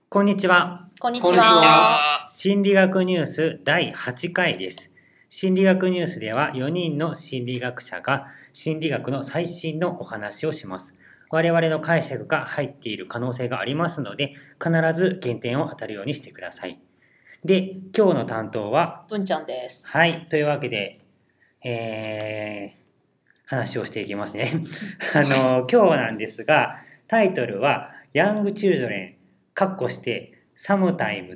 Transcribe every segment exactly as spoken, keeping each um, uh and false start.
こんにちは。 こんにちこんにちは。 は。 心理学ニュースだいはちかいです。心理学ニュースではよにんの心理学者が心理学の最新のお話をします。我々の解釈が入っている可能性がありますので、必ず減点を当たるようにしてください。で、今日の担当は、 文ちゃんです。 はい、というわけで、えー、話をしていきますね。あの、今日なんですが、タイトルは、Young Children、かっこして、Sometimes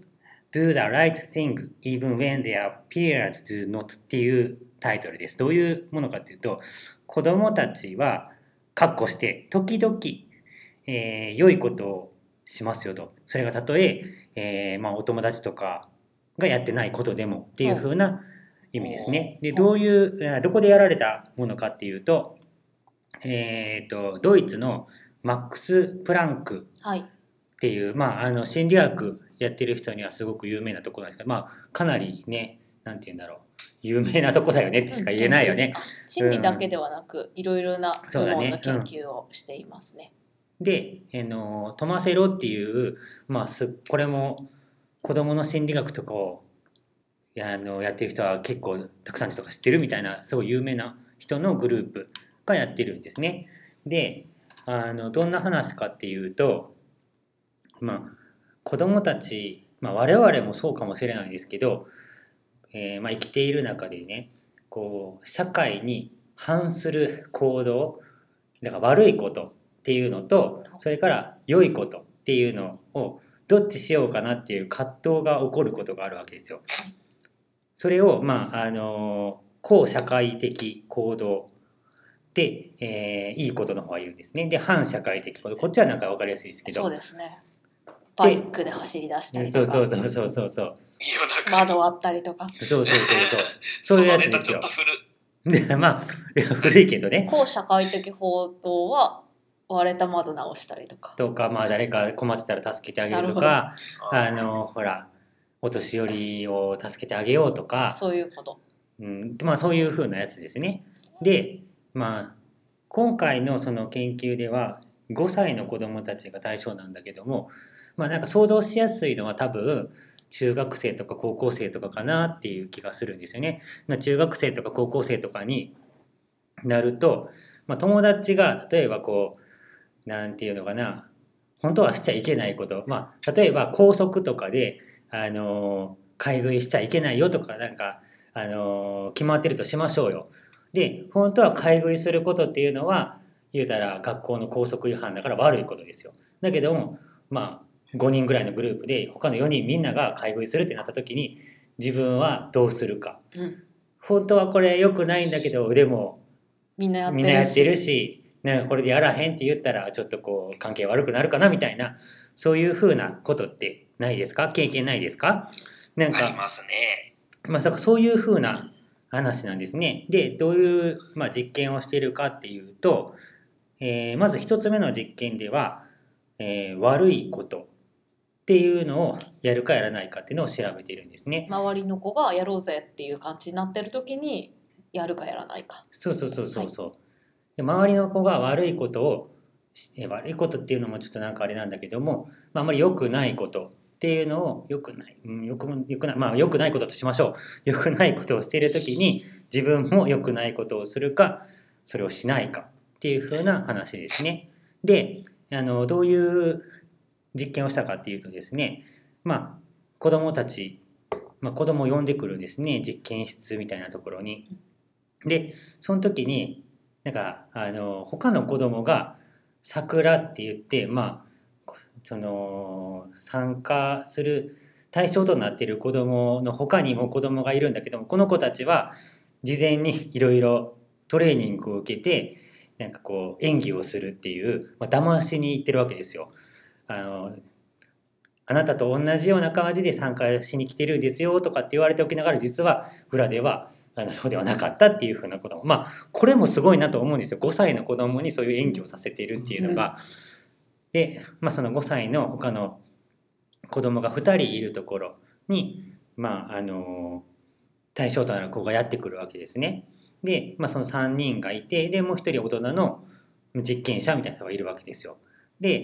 do the right thing even when their peers do not っていうタイトルです。どういうものかというと、子供たちは、かっこして、時々、えー良いことをしますよと。それがたとええーまあ、お友達とかがやってないことでもっていう風な意味ですね。で、どういう、どこでやられたものかっていうと、えーと、ドイツのマックス・プランクはい。 っていう、まあ、あの心理学やってる人にはすごく有名なところなんですけど、まあ、かなりね、なんて言うんだろう、有名なとこだよねってしか言えないよね。 研究機関心理だけではなく、いろいろな部門の研究をしていますね。 で、あのトマセロっていう、まあ、すこれも子どもの心理学とかをあのやってる人は結構たくさんの人が知ってるみたいなすごい有名な人のグループがやってるんですね。で、あのどんな話かっていうと、まあ、子どもたち、まあ、我々もそうかもしれないですけど、えーまあ、生きている中でね、こう社会に反する行動、だから悪いことっていうのと、それから良いことっていうのをどっちしようかなっていう葛藤が起こることがあるわけですよ。それを、まあ、あの公社会的行動で、えーいいことの方は言うんですね。で、反社会的行動、こっちはなんか分かりやすいですけど。 そうですね。バイクで走り出したりとか、 そうそうそうそうそう夜中窓割ったりとか、 そうそうそうそうそういうやつですよ。 そのネタちょっと古い。 で、まあ古いけどね。 公社会的報道は割れた窓直したりとか。 とか、まあ誰か困ってたら助けてあげるとか、あのほらお年寄りを助けてあげようとか、 そういうこと。 うん、まあそういう風なやつですね。で、まあ今回のその研究ではごさいの子どもたちが対象なんだけども、まあなんか想像しやすいのは多分中学生とか高校生とかかなっていう気がするんですよね。まあ、中学生とか高校生とかになると、まあ、友達が例えばこうなんていうのかな、本当はしちゃいけないこと、まあ例えば校則とかであの買い食いしちゃいけないよとかなんかあの決まってるとしましょうよ。で、本当は買い食いすることっていうのは言うたら学校の校則違反だから悪いことですよ。だけども、まあごにんぐらいのグループで他のよにんみんなが買い食いするってなった時に自分はどうするか。 うん。 本当はこれ良くないんだけど、でもみんなやってみんなやるってるし。 し、なんかこれでやらへんって言ったらちょっとこう関係悪くなるかなみたいな、そういう風なことってないですか？経験ないですか？なんか、 ありますね。 まあだからそういう風な話なんですね。で、どういう、まあ、実験をしているかっていうと、えーまず一つ目の実験では、えー悪いことっていうのをやるかやらないかっていうのを調べているんですね。 周りの子がやろうぜっていう感じになってる時にやるかやらないか。 そうそうそうそうそう。で、周りの子が悪いことをしえ悪いことっていうのもちょっとなんかあれなんだけども、まあ、あまり良くないことっていうのを良くない、うん、良く良くない、まあ良くないこととしましょう。良くないことをしているときに自分も良くないことをするか、それをしないかっていう風な話ですね。で、あのどういう実験をしたかっていうとですね、まあ子供たち、まあ、子供を呼んでくるですね、実験室みたいなところに。で、その時になんかあの他の子供が桜って言って、まあその参加する対象となっている子供の他にも子供がいるんだけども、この子たちは事前にいろいろトレーニングを受けてなんかこう演技をするっていう、まあ、騙しに行ってるわけですよ。あのあなたと同じような感じで参加しに来てるんですよとかって言われておきながら、実は裏ではあのそうではなかったっていうふうなことも、まあこれもすごいなと思うんですよ。ごさいの子供にそういう演技をさせているっていうのが。で、まあ、そのごさいの他の子供がふたりいるところに、まああの対象となる子がやってくるわけですね。で、まあ、そのさんにんがいて、でもうひとり大人の実験者みたいな人がいるわけですよ。で、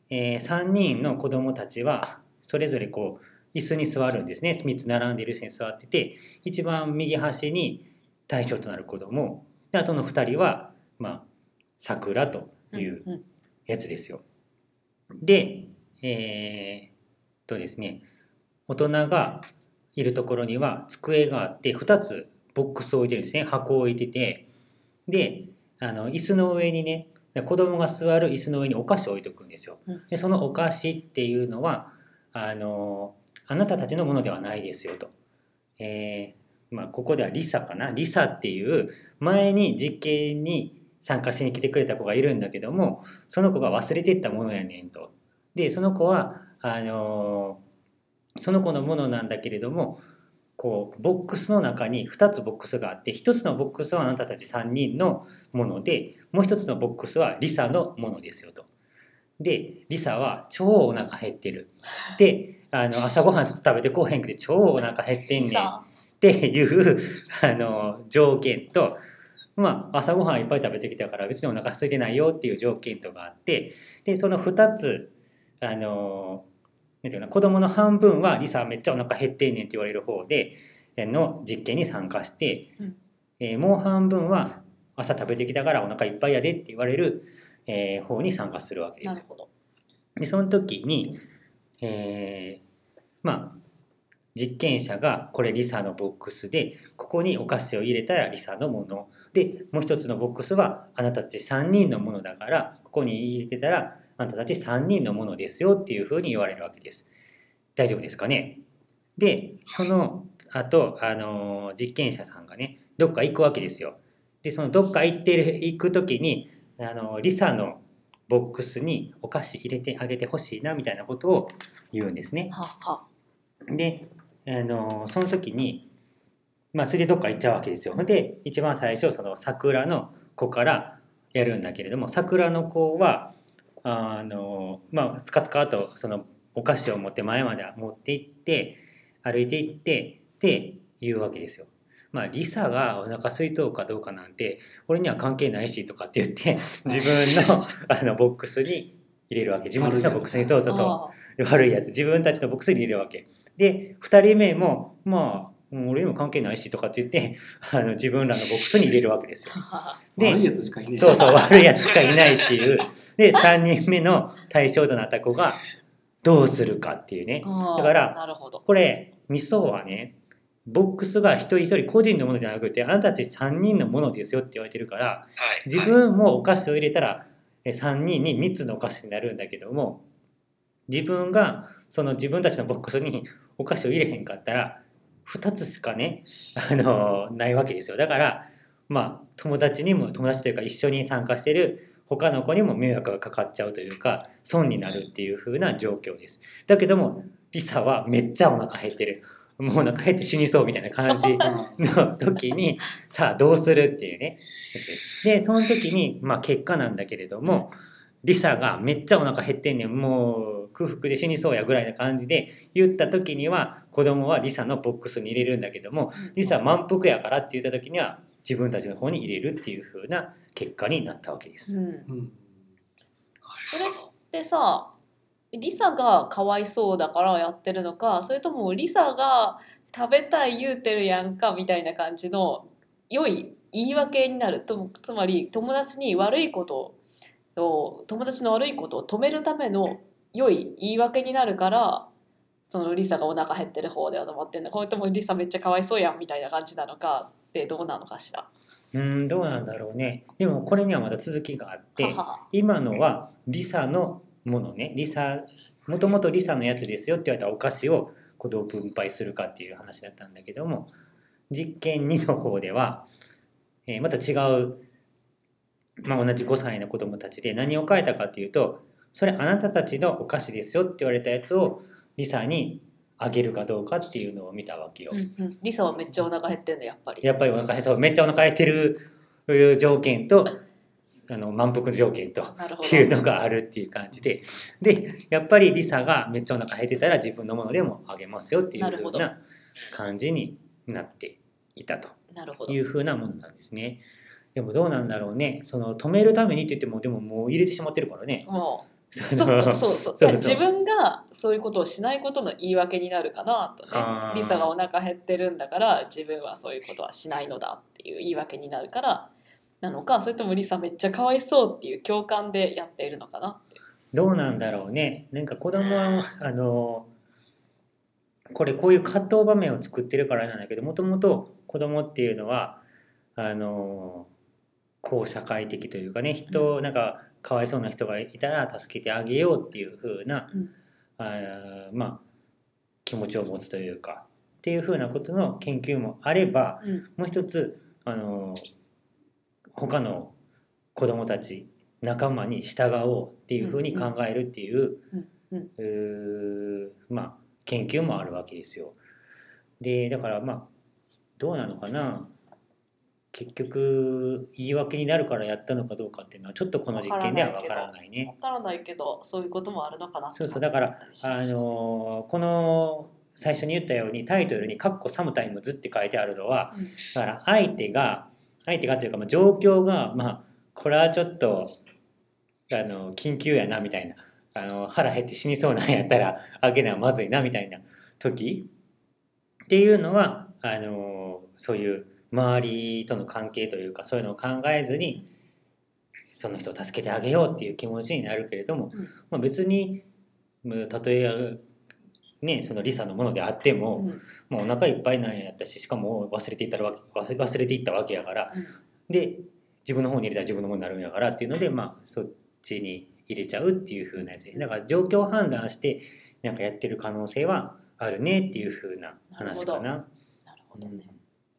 えー、さんにんの子供たちはそれぞれこう椅子に座るんですね。みっつ並んでいる椅子に座ってて、一番右端に対象となる子供で、あとのふたりは、まあ、桜といううんうんやつですよ。で、えー、とですね、大人がいるところには机があってふたつボックスを置いてるんですね。箱を置いてて、であの椅子の上にね、子供が座る椅子の上にお菓子を置いておくんですよ。でそのお菓子っていうのはあのあなたたちのものではないですよと。えーまあ、ここではリサかな、リサっていう前に実験に参加しに来てくれた子がいるんだけども、その子が忘れていったものやねんと。でその子はあのその子のものなんだけれども、こうボックスの中にふたつボックスがあって、ひとつのボックスはあなたたちさんにんのもので、もうひとつのボックスはリサのものですよと。でリサは超お腹減ってる。であの朝ごはんちょっと食べてこうへんくて超お腹減ってんねんっていうあの条件と、まあ、朝ごはんいっぱい食べてきたから別にお腹空いてないよっていう条件とかあって、でそのふたつあのなんていうかな、子供の半分はリサめっちゃお腹減ってんねんって言われる方での実験に参加して、 うんえーもう半分は朝食べてきたからお腹いっぱいやでって言われる、えー方に参加するわけですよ。 なるほど。 でその時に、えーまあ実験者がこれリサのボックスで、ここにお菓子を入れたらリサのもので、もう一つのボックスはあなたたちさんにんのものだからここに入れてたらあなたたちさんにんのものですよっていうふうに言われるわけです。大丈夫ですかね。でその後あの実験者さんがねどっか行くわけですよ。でそのどっか行ってる行く時にあのリサのボックスにお菓子入れてあげてほしいなみたいなことを言うんですね。 はは。 であのその時にまあそれでどっか行っちゃうわけですよ。で一番最初その桜の子からやるんだけれども、桜の子はあのまあつかつかとそのお菓子を持って前まで持って行って歩いて行ってって言うわけですよ。まあリサがお腹空いとうかどうかなんて俺には関係ないしとかって言って自分のあのボックスに入れるわけ。自分たちのボックスに、そうそうそう悪いやつ自分たちのボックスに入れるわけで、ふたりめもまあ俺にも関係ないしとかって言ってあの自分らのボックスに入れるわけですよ。で悪いやつしかいない。 そうそう悪いやつしかいないっていう。でさんにんめの対象となった子がどうするかっていうね。だからなるほど。 これミソはね、ボックスが一人一人個人のものじゃなくてあなたたちさんにんのものですよって言われてるから、 はい自分もお菓子を入れたらえさんにんにみっつのお菓子になるんだけども、自分がその自分たちのボックスにお菓子を入れへんかったらふたつしかね、あのないわけですよ。だからまあ友達にも、友達というか一緒に参加してる他の子にも迷惑がかかっちゃうというか損になるっていう風な状況です。だけどもリサはめっちゃお腹減ってる、もうお腹減って死にそうみたいな感じの時にさあどうするっていうねやつです。でその時にまあ結果なんだけれども、リサがめっちゃお腹減ってんねん、もう空腹で死にそうやぐらいな感じで言った時には子供はリサのボックスに入れるんだけども、リサ満腹やからって言った時には自分たちの方に入れるっていう風な結果になったわけです。 うん、 うんそれってさ、リサがかわいそうだからやってるのか、それともリサが食べたい言うてるやんかみたいな感じの良い言い訳になると、つまり友達に悪いことを友達の悪いことを止めるための良い言い訳になるから、そのリサがお腹減ってる方ではと思ってんの、これともリサめっちゃかわいそうやんみたいな感じなのかってどうなのかしら。 うーんどうなんだろうね。でもこれにはまだ続きがあって、 はは今のはリサのものね、リサもともとリサのやつですよって言われたお菓子をこうどう分配するかっていう話だったんだけども、実験にの方では、えーまた違う、まあ、同じごさいの子供たちで何を変えたかっていうと、それあなたたちのお菓子ですよって言われたやつをリサにあげるかどうかっていうのを見たわけよ。 うんうん、リサはめっちゃお腹減ってんのやっぱり。 やっぱりお腹減そうめっちゃお腹減ってる条件とあの満腹条件となるほどっていうのがあるっていう感じで、でやっぱりリサがめっちゃお腹減ってたら自分のものでもあげますよっていう風な感じになっていたとなるほど。 いう風なものなんですね。でもどうなんだろうね、その止めるためにって言ってもでももう入れてしまってるからね、 もそっかそうそうそうそう自分がそういうことをしないことの言い訳になるかなとねあーリサがお腹減ってるんだから自分はそういうことはしないのだっていう言い訳になるからなのかそれともリサめっちゃかわいそうっていう共感でやっているのかなって。 どうなんだろうね。なんか子供はあのこれこういう葛藤場面を作ってるからなんだけど、もともと子供っていうのはあのこう社会的というかね、人なんかかわいそうな人がいたら助けてあげようっていう風な、 うんあーまあ気持ちを持つというかっていう風なことの研究もあれば、 うんもう一つあの他の子供たち仲間に従おうっていう風に考えるっていう、 うんうんうーまあ研究もあるわけですよ。でだからまあどうなのかな、結局言い訳になるからやったのかどうかっていうのはちょっとこの実験ではわからないね。 わからないけどそういうこともあるのかなそうそう、だからあのこの最初に言ったようにタイトルに「カッコサムタイムズ」って書いてあるのは、 うんだから相手が相手がというかまあ状況がまあこれはちょっとあの緊急やなみたいな、あの腹減って死にそうなんやったらあげなまずいなみたいな時っていうのはあのそういう周りとの関係というかそういうのを考えずにその人を助けてあげようっていう気持ちになるけれども、 うんまあ、別にまあたとえねそのリサのものであっても、 うんもうお腹いっぱいなんやったししかも忘れていったわけ忘れ忘れていったわけやからうんで自分の方に入れたら自分のものになるんやからっていうのでまあそっちに入れちゃうっていう風なやつで、だから状況を判断してなんかやってる可能性はあるねっていう風な話かな。 なるほどね。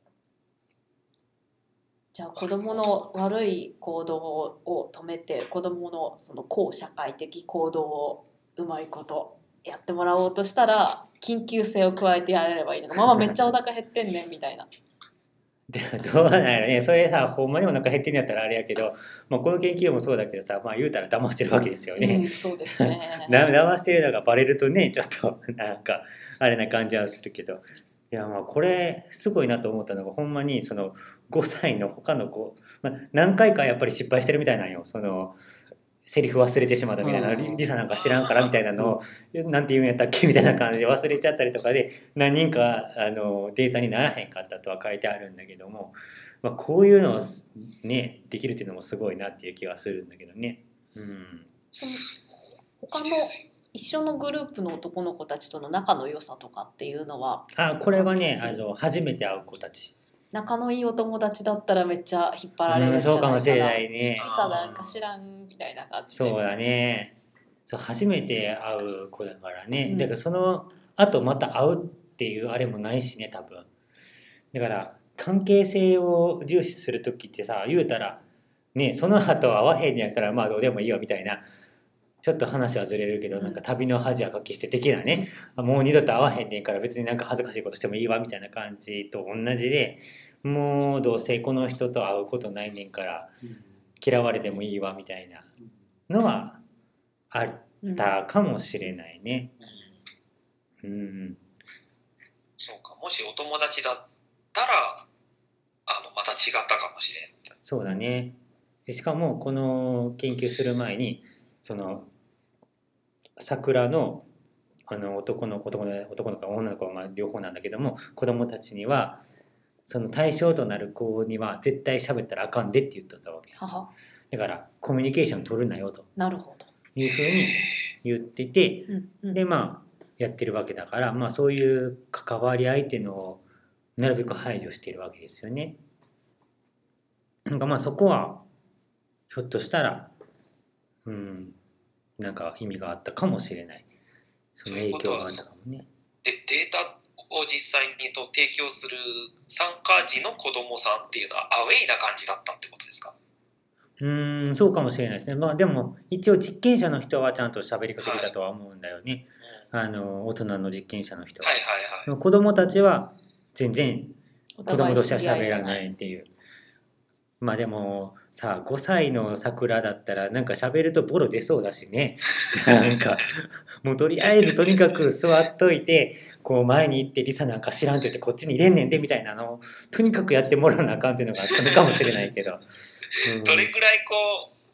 じゃあ子どもの悪い行動を止めて子どものその高社会的行動をうまいことやってもらおうとしたら緊急性を加えてやれればいいのか、ママめっちゃお腹減ってんねんみたいな。 でどうなんやろね、それさほんまにお腹減ってんやったらあれやけど、まあ、この研究もそうだけどさ、まあ、言うたら騙してるわけですようね。 ん、そうですね。 だ騙してるのがバレるとねちょっとなんかあれな感じはするけど、いやまあこれすごいなと思ったのがほんまにそのごさいの他の子、まあ、何回かやっぱり失敗してるみたいなんよ。そのセリフ忘れてしまったみたいな、 うんリサなんか知らんからみたいなのをなんて言うんやったっけみたいな感じで忘れちゃったりとかで何人かあのデータにならへんかったとは書いてあるんだけども、まあ、こういうのをねできるっていうのもすごいなっていう気がするんだけどね。うん、 その他の一緒のグループの男の子たちとの仲の良さとかっていうのは、 あこれはねあの初めて会う子たち、 仲のいいお友達だったらめっちゃ引っ張られうん、 るんじゃないかな。 そうかもしれないね。 リサなんか知らんみたいな感じで。 そうだね。そう初めて会う子だからね、 うんだからその後また会うっていうあれもないしね多分。だから関係性を重視する時ってさ言うたらねその後会わへんやからまあどうでもいいよみたいな、ちょっと話はずれるけど、 うんなんか旅の恥はかきして的なね、もう二度と会わへんねんから別になんか恥ずかしいことしてもいいわみたいな感じと同じで、もうどうせこの人と会うことないねんから嫌われてもいいわみたいなのはあったかもしれないね。うん、うん、 そうか、もしお友達だったらあのまた違ったかもしれん。 そうだね。でしかもこの研究する前にその桜のあの男の男の男の子女の子はまあ両方なんだけども、子供たちにはその対象となる子には絶対喋ったらあかんでって言ってたわけです。 ははだからコミュニケーション取るなよとなるほど。 いうふうに言ってて、 うんうん、 でまあやってるわけだから、まあそういう関わり相手のなるべく排除しているわけですよね。なんかまあそこはひょっとしたらうんなんか意味があったかもしれない。その影響があったかもね。 でデータを実際にと提供する参加時の子どもさんっていうのはアウェイな感じだったってことですか？ うーんそうかもしれないですね。まあでも一応実験者の人はちゃんと喋りかけてたとは思うんだよね。はい、あの大人の実験者の人は。 はいはいはい。 子供たちは全然子子供同士は喋らないっていう。まあでもさごさいの桜だったらなんか喋るとボロ出そうだしね。なんかもうとりあえずとにかく座っといてこう前に行ってリサなんか知らんって言ってこっちに入れんねんでみたいなのをとにかくやってもらわなあかんっていうのがあったのかもしれないけど、うん、 どれくらいこう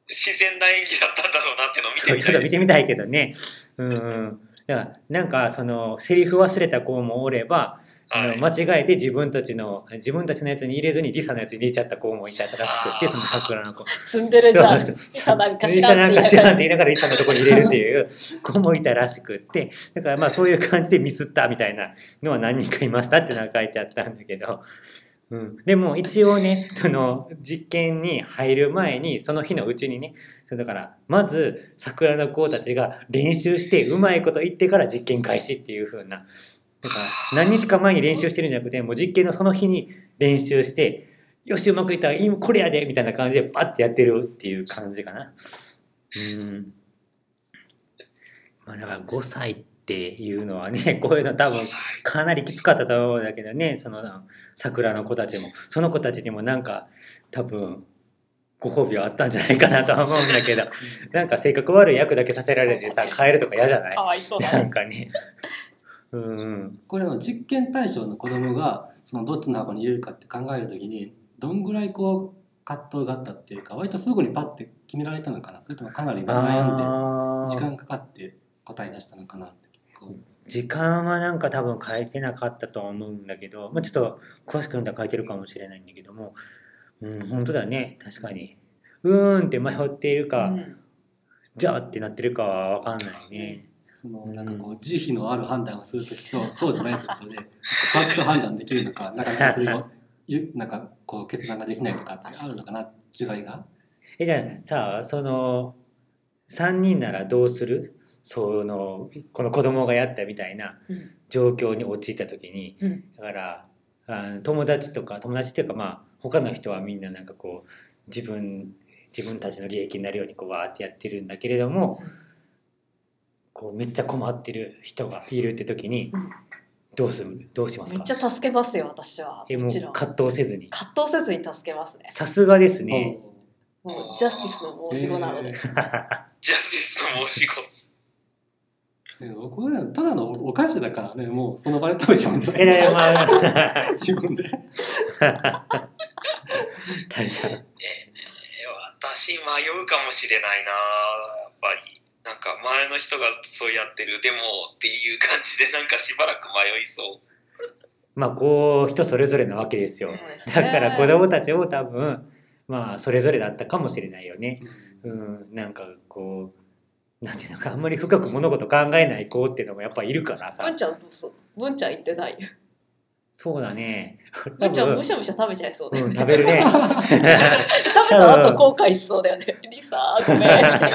自然な演技だったんだろうなっていうのを見てそうちょっとみたいです。 見てみたいけどね。うんうんだからなんかそのセリフ忘れた子もおれば、あのはい、 間違えて自分たちの自分たちのやつに入れずにリサのやつに入れちゃった子もいたらしくって、その桜の子ツンデレじゃん。 そうそうリサなんか知リサらんって言いなんか知らんってながら言いながらリサのところに入れるっていう子もいたらしくって、だからまあそういう感じでミスったみたいなのは何人かいましたっていうのが書いてあったんだけど、うん、でも一応ねその実験に入る前にその日のうちにね、だからまず桜の子たちが練習してうまいこと言ってから実験開始っていう風な、だから何日か前に練習してるんじゃなくて、もう実験のその日に練習してよしうまくいったら今これやでみたいな感じでパッてやってるっていう感じかな。うんまあだからごさいっていうのはね、こういうの多分かなりきつかったと思うんだけどね、その桜の子たちもその子たちにもなんか多分ご褒美はあったんじゃないかなとは思うんだけどなんか性格悪い役だけさせられてさ変えるとか嫌じゃない？ かわいそうだね。 なんかねうんうんこれの実験対象の子供がそのどっちの箱に入れるかって考えるときにどんぐらいこう葛藤があったっていうか、割とすぐにパッて決められたのかな、それともかなり悩んであー時間かかって答え出したのかなって結構。 時間はなんか多分書いてなかったと思うんだけど、まあ、ちょっと詳しく読んだら書いてるかもしれないんだけども、うん本当だね、確かにうーんって迷っているか、 うんじゃあってなってるかは分かんないね。 そのなんかこう慈悲のある判断をするときとそうじゃないときとでパッと判断できるのか、なかなかそれをゆなんかこう決断ができないとかってあるのかな、違いが。 えじゃあさあそのさんにんならどうする？そのこの子供がやったみたいなうん状況に陥った時に、 うんだからあ友達とか友達っていうかまあ他の人はみんななんかこう自分自分たちの利益になるようにこうわーってやってるんだけれども、こうめっちゃ困ってる人がいるって時にうんどうするどうしますか？ めっちゃ助けますよ私は。 えもうもちろん葛藤せずに。 葛藤せずに助けますね。 さすがですね。 もうジャスティスの申し子なので、 えジャスティスの申し子。 ー僕はただのお菓子だからね、もうその場で食べちゃうんでえらいまあ自分で。 食べちゃう。 えー私迷うかもしれないな、やっぱりなんか前の人がそうやってるでもっていう感じでなんかしばらく迷いそう。 まあこう人それぞれなわけですよ。 そうですねだから子供たちも多分まあそれぞれだったかもしれないよね。うんなんかこうなんていうのかあんまり深く物事考えない子っていうのもやっぱいるからさ文。ちゃんどうする？文ちゃん言ってないよ。 そうだね。 文ちゃん多分むしゃむしゃ食べちゃいそうだようんね。 食べるね。 食べた後後悔しそうだよね。リサごめんみたいな。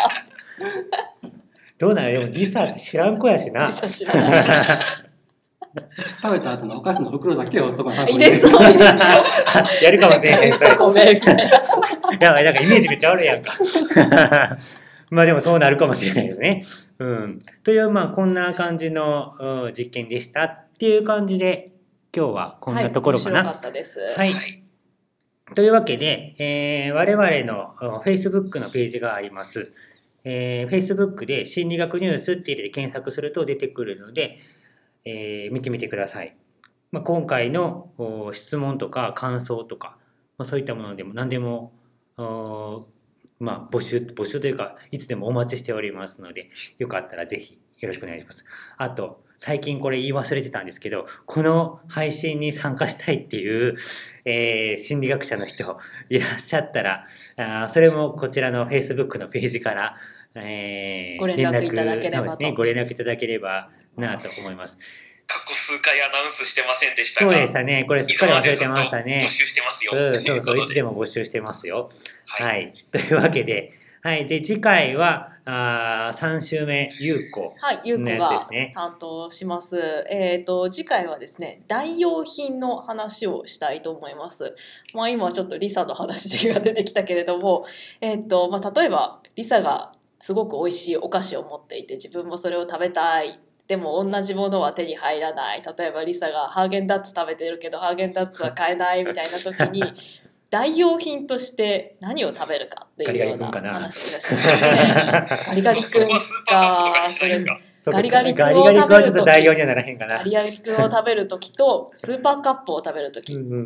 どうなのでもリサって知らん子やしなリ。サ知らない。 食べた後のお菓子の袋だけをそこに箱入れに入れてそう入れそう。 やるかもしれへん。 リサごめんみたいな。 いやなんかイメージめっちゃ悪いやんか。まあでもそうなるかもしれないですね。うん、というまあこんな感じのうん実験でしたっていう感じで今日はこんなところかな。 はい、面白かったです。 はいはい。 というわけで、えー我々のうん Facebook のページがあります。えー Facebook で心理学ニュースって入れて検索すると出てくるので、えー見てみてください。まあ、今回のお質問とか感想とか、まあ、そういったものでも何でもおまあ、募集募集というかいつでもお待ちしておりますので、よかったらぜひよろしくお願いします。あと最近これ言い忘れてたんですけど、この配信に参加したいっていう、えー心理学者の人いらっしゃったら、あーそれもこちらの Facebook のページから、えーご連絡いただければとそうですね、ご連絡いただければなと思います。 過去数回アナウンスしてませんでしたそうが、 でしたね。これすっかり忘れてましたね募。集してますよ。 うん、 とそうそう、いついうことででも募集してますよ。 はい。 はい。というわけで、はい。で、次回は、あさん週目、有効。 はい、ゆうこのやつがですね担当します。えっ、と次回はですね、代用品の話をしたいと思います。まあ今ちょっとリサの話が出てきたけれども、えっ、とまあ例えばリサがすごく美味しいお菓子を持っていて、自分もそれを食べたい。でも同じものは手に入らない。例えばリサがハーゲンダッツ食べてるけどハーゲンダッツは買えないみたいな時に。代用品として何を食べるかっていうような話がしますね。ガリガリ君そこはスーパーカップとかにしないですか？ そうかガリガリ君ガリをガリ君はちょっと食べる時代用にはならへんかな。 ガリガリ君を食べる時とスーパーカップを食べる時、 うんうん。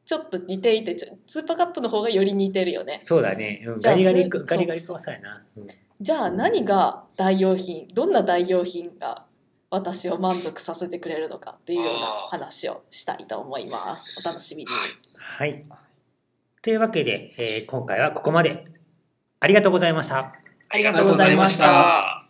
ちょっと似ていてちょスーパーカップの方がより似てるよね。 そうだね、うん、 じゃあガリガリそうガリガリそうはそうやな、うん、 じゃあ何が代用品どんな代用品が私を満足させてくれるのかっていうような話をしたいと思います。お楽しみに。 はいはい。というわけで、えー今回はここまで。ありがとうございました。 ありがとうございました。